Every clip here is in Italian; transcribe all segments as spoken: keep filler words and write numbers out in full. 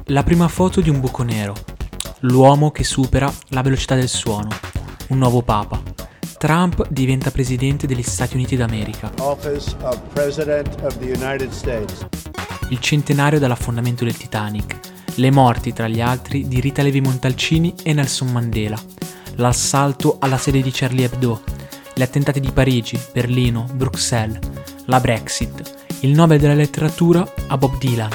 La prima foto di un buco nero. L'uomo che supera la velocità del suono. Un nuovo papa. Trump diventa presidente degli Stati Uniti d'America. Office of President of the United States. Il centenario dall'affondamento del Titanic. Le morti, tra gli altri, di Rita Levi Montalcini e Nelson Mandela. L'assalto alla sede di Charlie Hebdo. Gli attentati di Parigi, Berlino, Bruxelles. La Brexit. Il Nobel della letteratura a Bob Dylan.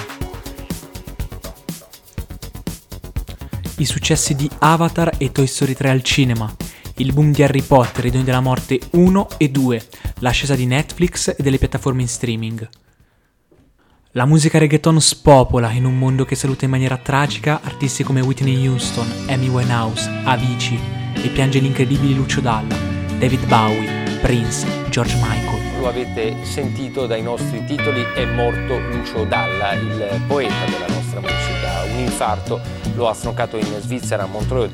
I successi di Avatar e Toy Story tre al cinema, il boom di Harry Potter, I Doni della Morte uno e due, l'ascesa di Netflix e delle piattaforme in streaming. La musica reggaeton spopola in un mondo che saluta in maniera tragica artisti come Whitney Houston, Amy Winehouse, Avicii e piange l'incredibile Lucio Dalla, David Bowie, Prince, George Michael. Lo avete sentito dai nostri titoli, è morto Lucio Dalla, il poeta della nostra musica. Un infarto lo ha stroncato in Svizzera a Montreux.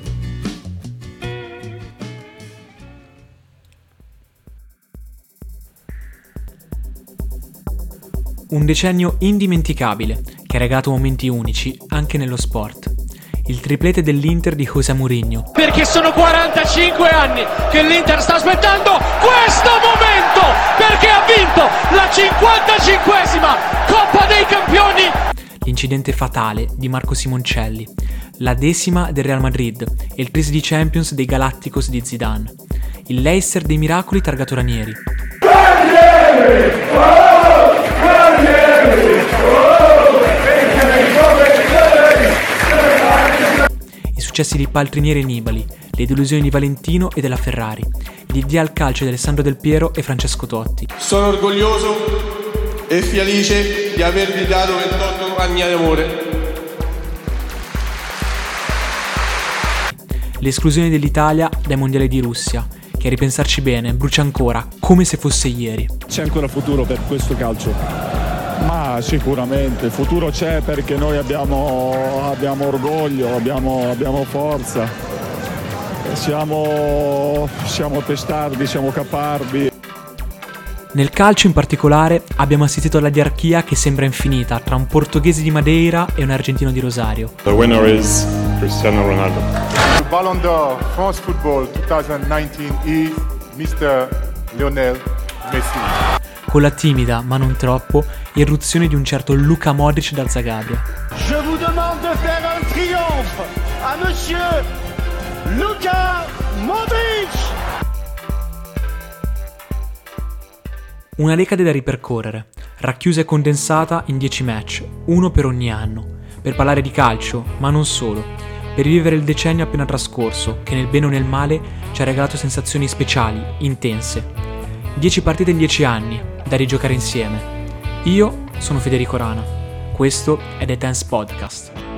Un decennio indimenticabile che ha regalato momenti unici anche nello sport. Il triplete dell'Inter di José Mourinho. Perché sono quarantacinque anni che l'Inter sta aspettando questo momento, perché ha vinto la cinquantacinquesima Coppa dei Campioni. L'incidente fatale di Marco Simoncelli, la decima del Real Madrid e il tris di Champions dei Galacticos di Zidane, il Leicester dei miracoli targato Ranieri. I successi di Paltrinieri e Nibali, le delusioni di Valentino e della Ferrari, gli dì al calcio di Alessandro Del Piero e Francesco Totti. Sono orgoglioso e felice di avervi dato ventotto anni d'amore. L'esclusione dell'Italia dai mondiali di Russia, che a ripensarci bene brucia ancora, come se fosse ieri. C'è ancora futuro per questo calcio? Ma sicuramente, il futuro c'è perché noi abbiamo, abbiamo orgoglio, abbiamo, abbiamo forza, siamo, siamo testardi, siamo caparbi. Nel calcio in particolare abbiamo assistito alla diarchia che sembra infinita tra un portoghese di Madeira e un argentino di Rosario. The winner is Cristiano Ronaldo. Il Ballon d'Or France Football duemiladiciannove is mister Lionel Messi. Con la timida, ma non troppo, irruzione di un certo Luka Modric dal Zagabria. Je vous demande de faire un triomphe a monsieur Luka Modric! Una decade da ripercorrere, racchiusa e condensata in dieci match, uno per ogni anno, per parlare di calcio, ma non solo, per rivivere il decennio appena trascorso, che nel bene o nel male ci ha regalato sensazioni speciali, intense. Dieci partite in dieci anni, da rigiocare insieme. Io sono Federico Rana, questo è The Tense Podcast.